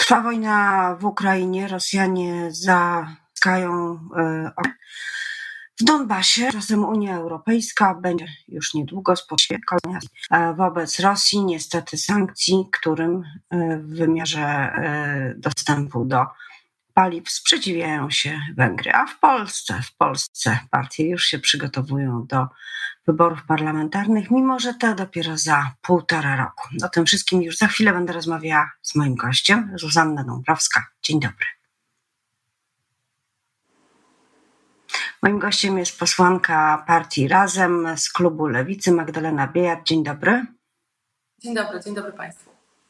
Trwa wojna w Ukrainie, Rosjanie zaskają w Donbasie. Czasem Unia Europejska będzie już niedługo spotkać wobec Rosji, niestety sankcji, którym w wymiarze dostępu do paliw sprzeciwiają się Węgry. A w Polsce partie już się przygotowują do wyborów parlamentarnych, mimo że te dopiero za 1,5 roku. O tym wszystkim już za chwilę będę rozmawiała z moim gościem, Zuzanna Dąbrowska. Dzień dobry. Moim gościem jest posłanka partii Razem z klubu Lewicy, Magdalena Biejat. Dzień dobry. Dzień dobry Państwu.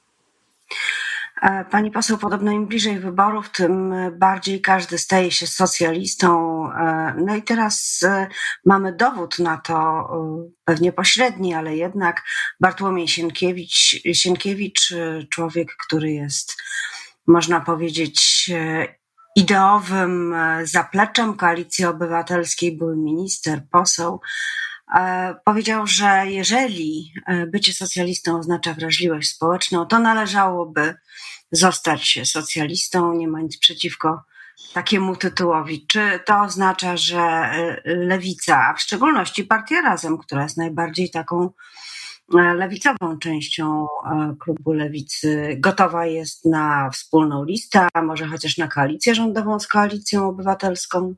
Pani poseł, podobno im bliżej wyborów, tym bardziej każdy staje się socjalistą. No i teraz mamy dowód na to, pewnie pośredni, ale jednak Bartłomiej Sienkiewicz, człowiek, który jest, można powiedzieć, ideowym zapleczem Koalicji Obywatelskiej, były minister, poseł, powiedział, że jeżeli bycie socjalistą oznacza wrażliwość społeczną, to należałoby zostać socjalistą. Nie ma nic przeciwko takiemu tytułowi. Czy to oznacza, że Lewica, a w szczególności Partia Razem, która jest najbardziej taką lewicową częścią klubu Lewicy, gotowa jest na wspólną listę, a może chociaż na koalicję rządową z Koalicją Obywatelską?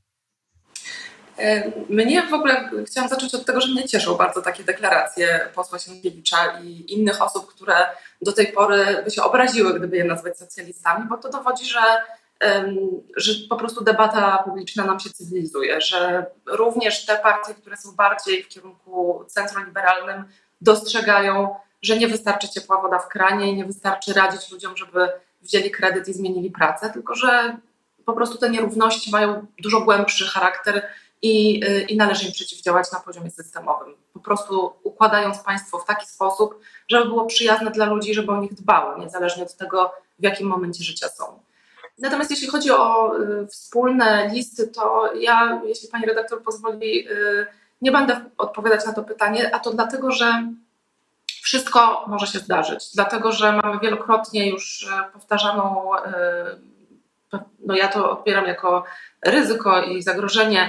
Mnie w ogóle, chciałam zacząć od tego, że mnie cieszą bardzo takie deklaracje posła Sienkiewicza i innych osób, które do tej pory by się obraziły, gdyby je nazwać socjalistami, bo to dowodzi, że po prostu debata publiczna nam się cywilizuje, że również te partie, które są bardziej w kierunku centroliberalnym, dostrzegają, że nie wystarczy ciepła woda w kranie i nie wystarczy radzić ludziom, żeby wzięli kredyt i zmienili pracę, tylko że po prostu te nierówności mają dużo głębszy charakter i należy im przeciwdziałać na poziomie systemowym. Po prostu układając państwo w taki sposób, żeby było przyjazne dla ludzi, żeby o nich dbało, niezależnie od tego, w jakim momencie życia są. Natomiast jeśli chodzi o wspólne listy, to ja, jeśli pani redaktor pozwoli, nie będę odpowiadać na to pytanie, a to dlatego, że wszystko może się zdarzyć. Dlatego, że mamy wielokrotnie już powtarzaną, no ja to odbieram jako ryzyko i zagrożenie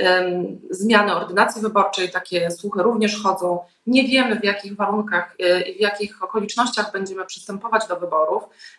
zmiany ordynacji wyborczej. Takie słuchy również chodzą. Nie wiemy, w jakich warunkach i w jakich okolicznościach będziemy przystępować do wyborów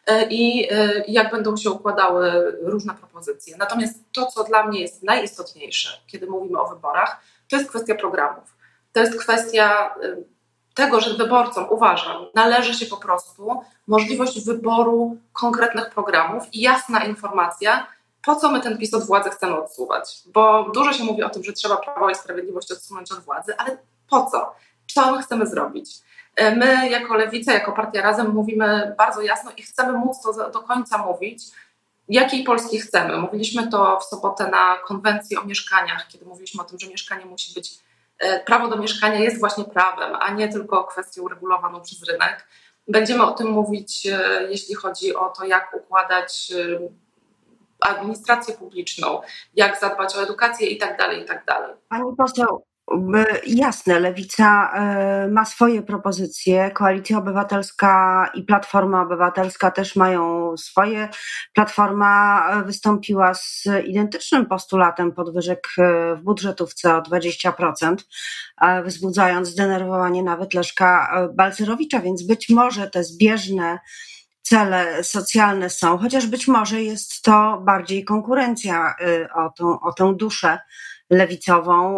i jak będą się układały różne propozycje. Natomiast to, co dla mnie jest najistotniejsze, kiedy mówimy o wyborach, to jest kwestia programów. To jest kwestia tego, że wyborcom, uważam, należy się po prostu możliwość wyboru konkretnych programów i jasna informacja, po co my ten PiS od władzy chcemy odsuwać. Bo dużo się mówi o tym, że trzeba Prawo i Sprawiedliwość odsunąć od władzy, ale po co? Co my chcemy zrobić? My jako Lewica, jako Partia Razem mówimy bardzo jasno i chcemy móc to do końca mówić, jakiej Polski chcemy. Mówiliśmy to w sobotę na konwencji o mieszkaniach, kiedy mówiliśmy o tym, że mieszkanie musi być, prawo do mieszkania jest właśnie prawem, a nie tylko kwestią uregulowaną przez rynek. Będziemy o tym mówić, jeśli chodzi o to, jak układać administrację publiczną, jak zadbać o edukację i tak dalej, i tak dalej. Pani poseł, jasne, Lewica ma swoje propozycje, Koalicja Obywatelska i Platforma Obywatelska też mają swoje. Platforma wystąpiła z identycznym postulatem podwyżek w budżetówce o 20%, wzbudzając zdenerwowanie nawet Leszka Balcerowicza, więc być może te zbieżne cele socjalne są, chociaż być może jest to bardziej konkurencja o tę duszę lewicową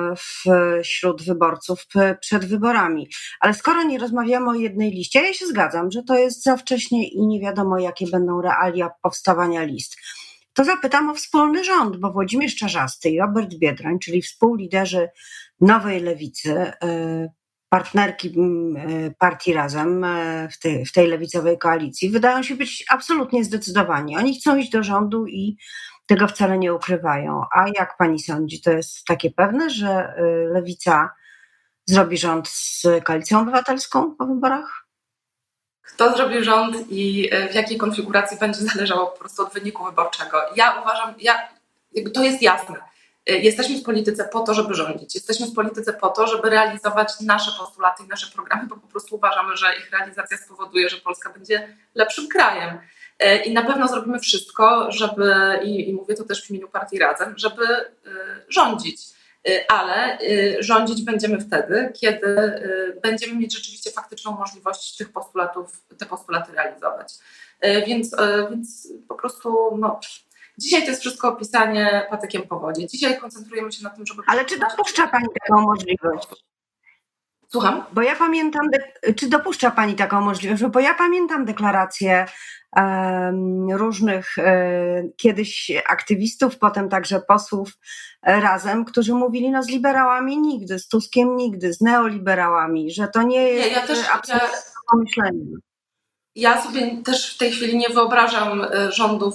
wśród wyborców przed wyborami. Ale skoro nie rozmawiamy o jednej liście, ja się zgadzam, że to jest za wcześnie i nie wiadomo, jakie będą realia powstawania list, to zapytam o wspólny rząd, bo Włodzimierz Czarzasty i Robert Biedroń, czyli współliderzy Nowej Lewicy, partnerki Partii Razem w tej lewicowej koalicji, wydają się być absolutnie zdecydowani. Oni chcą iść do rządu i tego wcale nie ukrywają. A jak pani sądzi, to jest takie pewne, że Lewica zrobi rząd z Koalicją Obywatelską po wyborach? Kto zrobi rząd i w jakiej konfiguracji będzie zależało po prostu od wyniku wyborczego. Ja uważam, to jest jasne. Jesteśmy w polityce po to, żeby rządzić. Jesteśmy w polityce po to, żeby realizować nasze postulaty i nasze programy, bo po prostu uważamy, że ich realizacja spowoduje, że Polska będzie lepszym krajem. I na pewno zrobimy wszystko, żeby, i mówię to też w imieniu partii Razem, żeby rządzić. Ale rządzić będziemy wtedy, kiedy będziemy mieć rzeczywiście faktyczną możliwość te postulaty realizować. Więc po prostu dzisiaj to jest wszystko opisanie patykiem po wodzie. Dzisiaj koncentrujemy się na tym, żeby... Ale czy dopuszcza Pani taką możliwość? Słucham? Bo ja pamiętam, czy dopuszcza Pani taką możliwość? Bo ja pamiętam deklaracje różnych kiedyś aktywistów, potem także posłów Razem, którzy mówili, z liberałami nigdy, z Tuskiem nigdy, z neoliberałami, że to nie jest absolutnie pomyślenie. Ja sobie też w tej chwili nie wyobrażam rządów,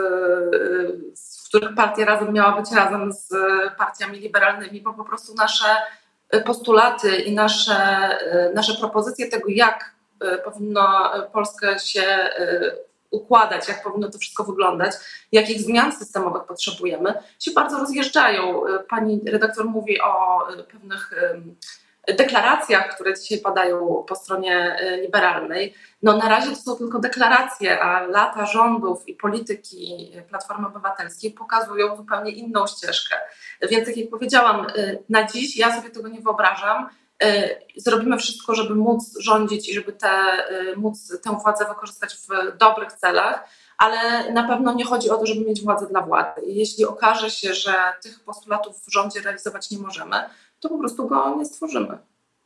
w których partia Razem miała być razem z partiami liberalnymi, bo po prostu nasze postulaty i nasze propozycje tego, jak powinno Polskę się układać, jak powinno to wszystko wyglądać, jakich zmian systemowych potrzebujemy, się bardzo rozjeżdżają. Pani redaktor mówi o pewnych deklaracjach, które dzisiaj padają po stronie liberalnej. Na razie to są tylko deklaracje, a lata rządów i polityki Platformy Obywatelskiej pokazują zupełnie inną ścieżkę. Więc tak jak powiedziałam, na dziś ja sobie tego nie wyobrażam. Zrobimy wszystko, żeby móc rządzić i żeby móc tę władzę wykorzystać w dobrych celach, ale na pewno nie chodzi o to, żeby mieć władzę dla władzy. Jeśli okaże się, że tych postulatów w rządzie realizować nie możemy, to po prostu go nie stworzymy.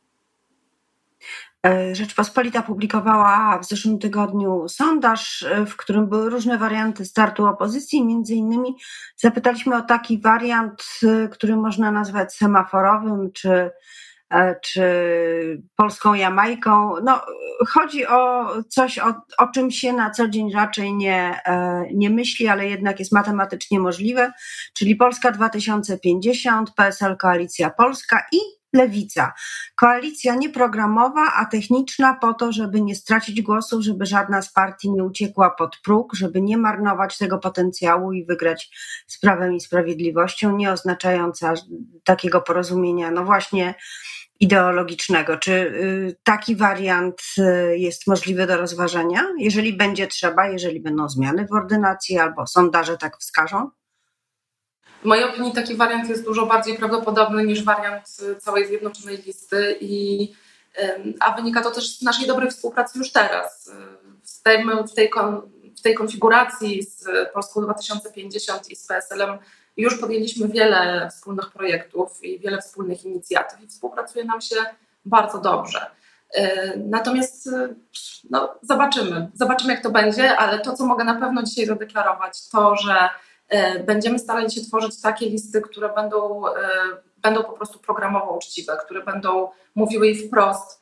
Rzeczpospolita publikowała w zeszłym tygodniu sondaż, w którym były różne warianty startu opozycji. Między innymi zapytaliśmy o taki wariant, który można nazwać semaforowym, czy polską Jamajką. Chodzi o coś, o czym się na co dzień raczej nie myśli, ale jednak jest matematycznie możliwe, czyli Polska 2050, PSL Koalicja Polska i Lewica. Koalicja nieprogramowa, a techniczna po to, żeby nie stracić głosów, żeby żadna z partii nie uciekła pod próg, żeby nie marnować tego potencjału i wygrać z Prawem i Sprawiedliwością, nie oznaczająca takiego porozumienia, właśnie ideologicznego. Czy taki wariant jest możliwy do rozważenia, jeżeli będzie trzeba, jeżeli będą zmiany w ordynacji albo sondaże tak wskażą? W mojej opinii taki wariant jest dużo bardziej prawdopodobny niż wariant całej zjednoczonej listy, a wynika to też z naszej dobrej współpracy już teraz. W tej konfiguracji z Polską 2050 i z PSL-em już podjęliśmy wiele wspólnych projektów i wiele wspólnych inicjatyw i współpracuje nam się bardzo dobrze. Natomiast zobaczymy jak to będzie, ale to, co mogę na pewno dzisiaj zadeklarować, to, że będziemy starali się tworzyć takie listy, które będą po prostu programowo uczciwe, które będą mówiły wprost,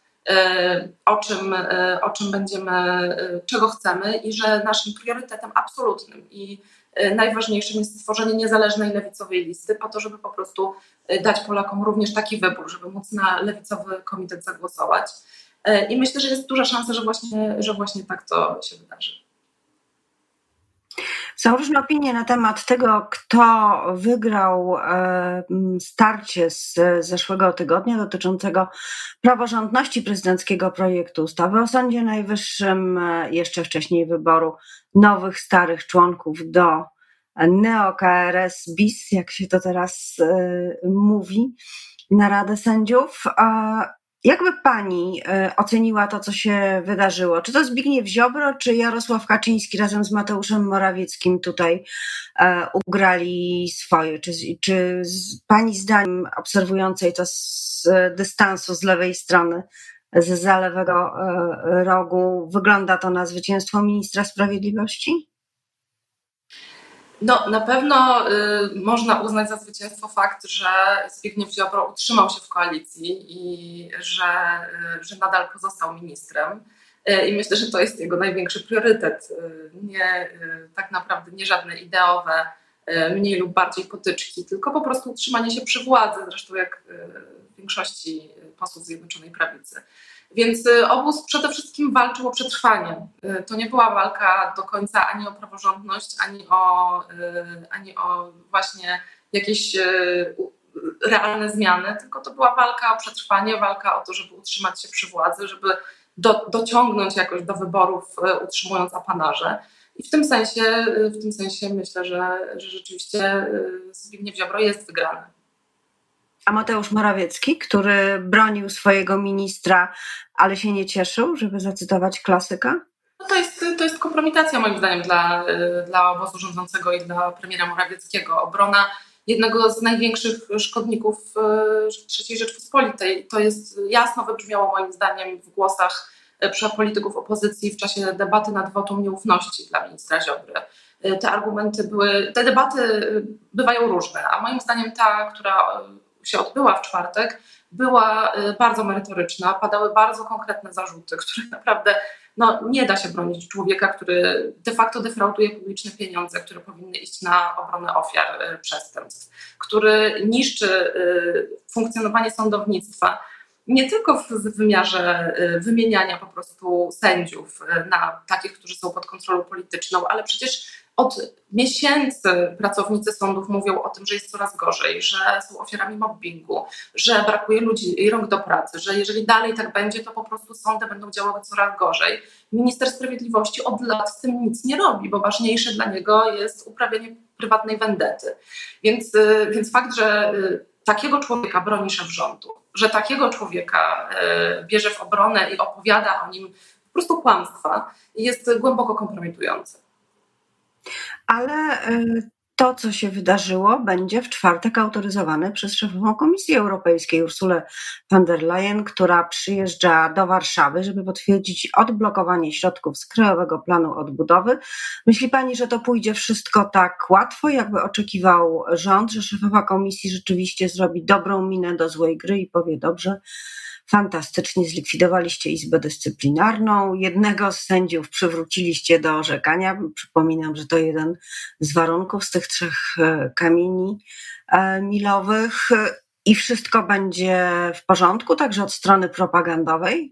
o czym będziemy, czego chcemy i że naszym priorytetem absolutnym i najważniejszym jest stworzenie niezależnej lewicowej listy po to, żeby po prostu dać Polakom również taki wybór, żeby móc na lewicowy komitet zagłosować. I myślę, że jest duża szansa, że właśnie tak to się wydarzy. Są różne opinie na temat tego, kto wygrał starcie z zeszłego tygodnia dotyczącego praworządności prezydenckiego projektu ustawy o Sądzie Najwyższym, jeszcze wcześniej wyboru nowych, starych członków do neo-KRS bis, jak się to teraz mówi, na Radę Sędziów. Jakby pani oceniła to, co się wydarzyło? Czy to Zbigniew Ziobro, czy Jarosław Kaczyński razem z Mateuszem Morawieckim tutaj ugrali swoje? Czy pani zdaniem, obserwującej to z dystansu z lewej strony, zza lewego rogu, wygląda to na zwycięstwo ministra sprawiedliwości? Na pewno można uznać za zwycięstwo fakt, że Zbigniew Ziobro utrzymał się w koalicji i że nadal pozostał ministrem. I myślę, że to jest jego największy priorytet. Tak naprawdę nie żadne ideowe, mniej lub bardziej potyczki, tylko po prostu utrzymanie się przy władzy, zresztą jak w większości posłów Zjednoczonej Prawicy. Więc obóz przede wszystkim walczył o przetrwanie. To nie była walka do końca ani o praworządność, ani o właśnie jakieś realne zmiany, tylko to była walka o przetrwanie, walka o to, żeby utrzymać się przy władzy, żeby dociągnąć jakoś do wyborów, utrzymując apanarze. I w tym sensie myślę, że rzeczywiście Zbigniew Ziobro jest wygrany. A Mateusz Morawiecki, który bronił swojego ministra, ale się nie cieszył, żeby zacytować klasyka? No to jest kompromitacja moim zdaniem dla obozu rządzącego i dla premiera Morawieckiego. Obrona jednego z największych szkodników III Rzeczpospolitej. To jest jasno wybrzmiało moim zdaniem w głosach polityków opozycji w czasie debaty nad wotum nieufności dla ministra Ziobry. Te debaty bywają różne, a moim zdaniem ta, która się odbyła w czwartek, była bardzo merytoryczna, padały bardzo konkretne zarzuty, które naprawdę nie da się bronić człowieka, który de facto defrauduje publiczne pieniądze, które powinny iść na obronę ofiar przestępstw, który niszczy funkcjonowanie sądownictwa, nie tylko w wymiarze wymieniania po prostu sędziów na takich, którzy są pod kontrolą polityczną, ale przecież od miesięcy pracownicy sądów mówią o tym, że jest coraz gorzej, że są ofiarami mobbingu, że brakuje ludzi i rąk do pracy, że jeżeli dalej tak będzie, to po prostu sądy będą działały coraz gorzej. Minister Sprawiedliwości od lat z tym nic nie robi, bo ważniejsze dla niego jest uprawianie prywatnej wendety. Więc fakt, że takiego człowieka broni szef rządu, że takiego człowieka bierze w obronę i opowiada o nim po prostu kłamstwa, jest głęboko kompromitujące. Ale to, co się wydarzyło, będzie w czwartek autoryzowane przez szefową Komisji Europejskiej Ursulę von der Leyen, która przyjeżdża do Warszawy, żeby potwierdzić odblokowanie środków z Krajowego Planu Odbudowy. Myśli pani, że to pójdzie wszystko tak łatwo, jakby oczekiwał rząd, że szefowa Komisji rzeczywiście zrobi dobrą minę do złej gry i powie: dobrze, fantastycznie, zlikwidowaliście Izbę Dyscyplinarną, jednego z sędziów przywróciliście do orzekania. Przypominam, że to jeden z warunków z tych 3 kamieni milowych i wszystko będzie w porządku, także od strony propagandowej?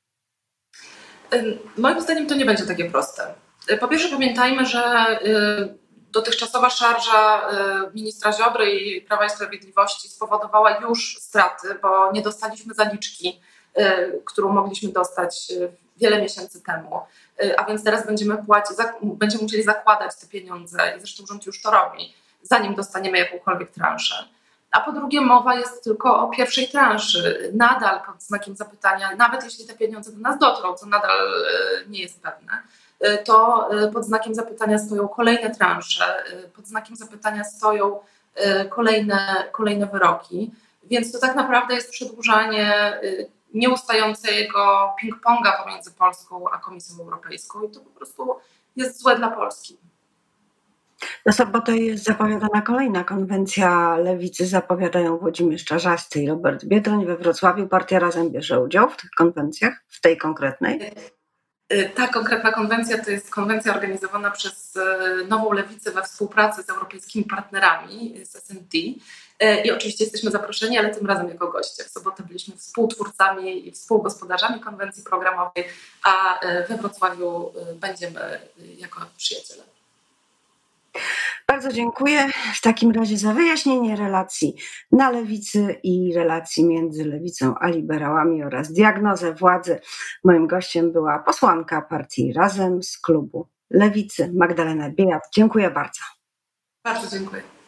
Moim zdaniem to nie będzie takie proste. Po pierwsze pamiętajmy, że dotychczasowa szarża ministra Ziobry i Prawa i Sprawiedliwości spowodowała już straty, bo nie dostaliśmy zaliczki, którą mogliśmy dostać wiele miesięcy temu. A więc teraz będziemy musieli zakładać te pieniądze i zresztą rząd już to robi, zanim dostaniemy jakąkolwiek transzę. A po drugie mowa jest tylko o pierwszej transzy. Nadal pod znakiem zapytania, nawet jeśli te pieniądze do nas dotrą, co nadal nie jest pewne, to pod znakiem zapytania stoją kolejne transze, pod znakiem zapytania stoją kolejne wyroki. Więc to tak naprawdę jest przedłużanie nieustającego ping-ponga pomiędzy Polską a Komisją Europejską i to po prostu jest złe dla Polski. Na sobotę jest zapowiadana kolejna konwencja Lewicy, zapowiadają Włodzimierz Czarzasty i Robert Biedroń. We Wrocławiu partia Razem bierze udział w tych konwencjach, w tej konkretnej? Ta konkretna konwencja to jest konwencja organizowana przez Nową Lewicę we współpracy z europejskimi partnerami, z S&D. I oczywiście jesteśmy zaproszeni, ale tym razem jako goście. W sobotę byliśmy współtwórcami i współgospodarzami konwencji programowej, a we Wrocławiu będziemy jako przyjaciele. Bardzo dziękuję w takim razie za wyjaśnienie relacji na lewicy i relacji między lewicą a liberałami oraz diagnozę władzy. Moim gościem była posłanka partii Razem z klubu Lewicy Magdalena Biejat. Dziękuję bardzo. Bardzo dziękuję.